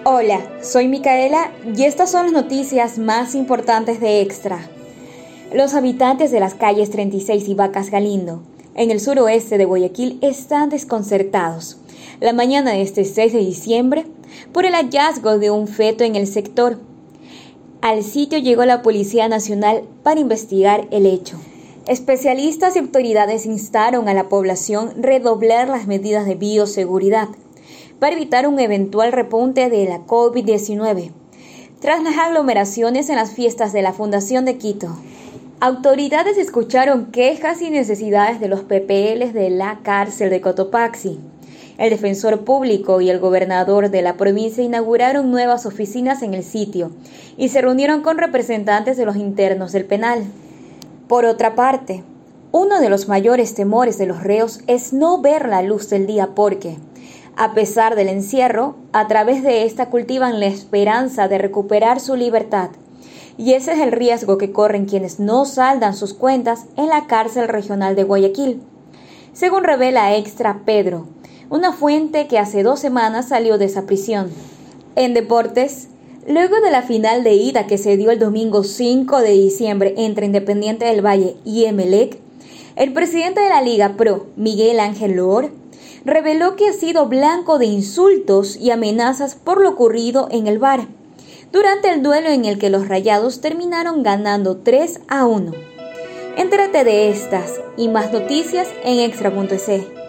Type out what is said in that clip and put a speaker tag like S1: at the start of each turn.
S1: Hola, soy Micaela y estas son las noticias más importantes de Extra. Los habitantes de las calles 36 y Vacas Galindo, en el suroeste de Guayaquil, están desconcertados la mañana de este 6 de diciembre por el hallazgo de un feto en el sector. Al sitio llegó la Policía Nacional para investigar el hecho. Especialistas y autoridades instaron a la población a redoblar las medidas de bioseguridad para evitar un eventual repunte de la COVID-19 tras las aglomeraciones en las fiestas de la Fundación de Quito. Autoridades escucharon quejas y necesidades de los PPLs de la cárcel de Cotopaxi. El defensor público y el gobernador de la provincia inauguraron nuevas oficinas en el sitio y se reunieron con representantes de los internos del penal. Por otra parte, uno de los mayores temores de los reos es no ver la luz del día porque, a pesar del encierro, a través de esta cultivan la esperanza de recuperar su libertad. Y ese es el riesgo que corren quienes no saldan sus cuentas en la cárcel regional de Guayaquil. Según revela Extra Pedro, una fuente que hace 2 semanas salió de esa prisión. En deportes, luego de la final de ida que se dio el domingo 5 de diciembre entre Independiente del Valle y Emelec, el presidente de la Liga Pro, Miguel Ángel Loor, reveló que ha sido blanco de insultos y amenazas por lo ocurrido en el VAR, durante el duelo en el que los Rayados terminaron ganando 3-1. Entérate de estas y más noticias en extra.es.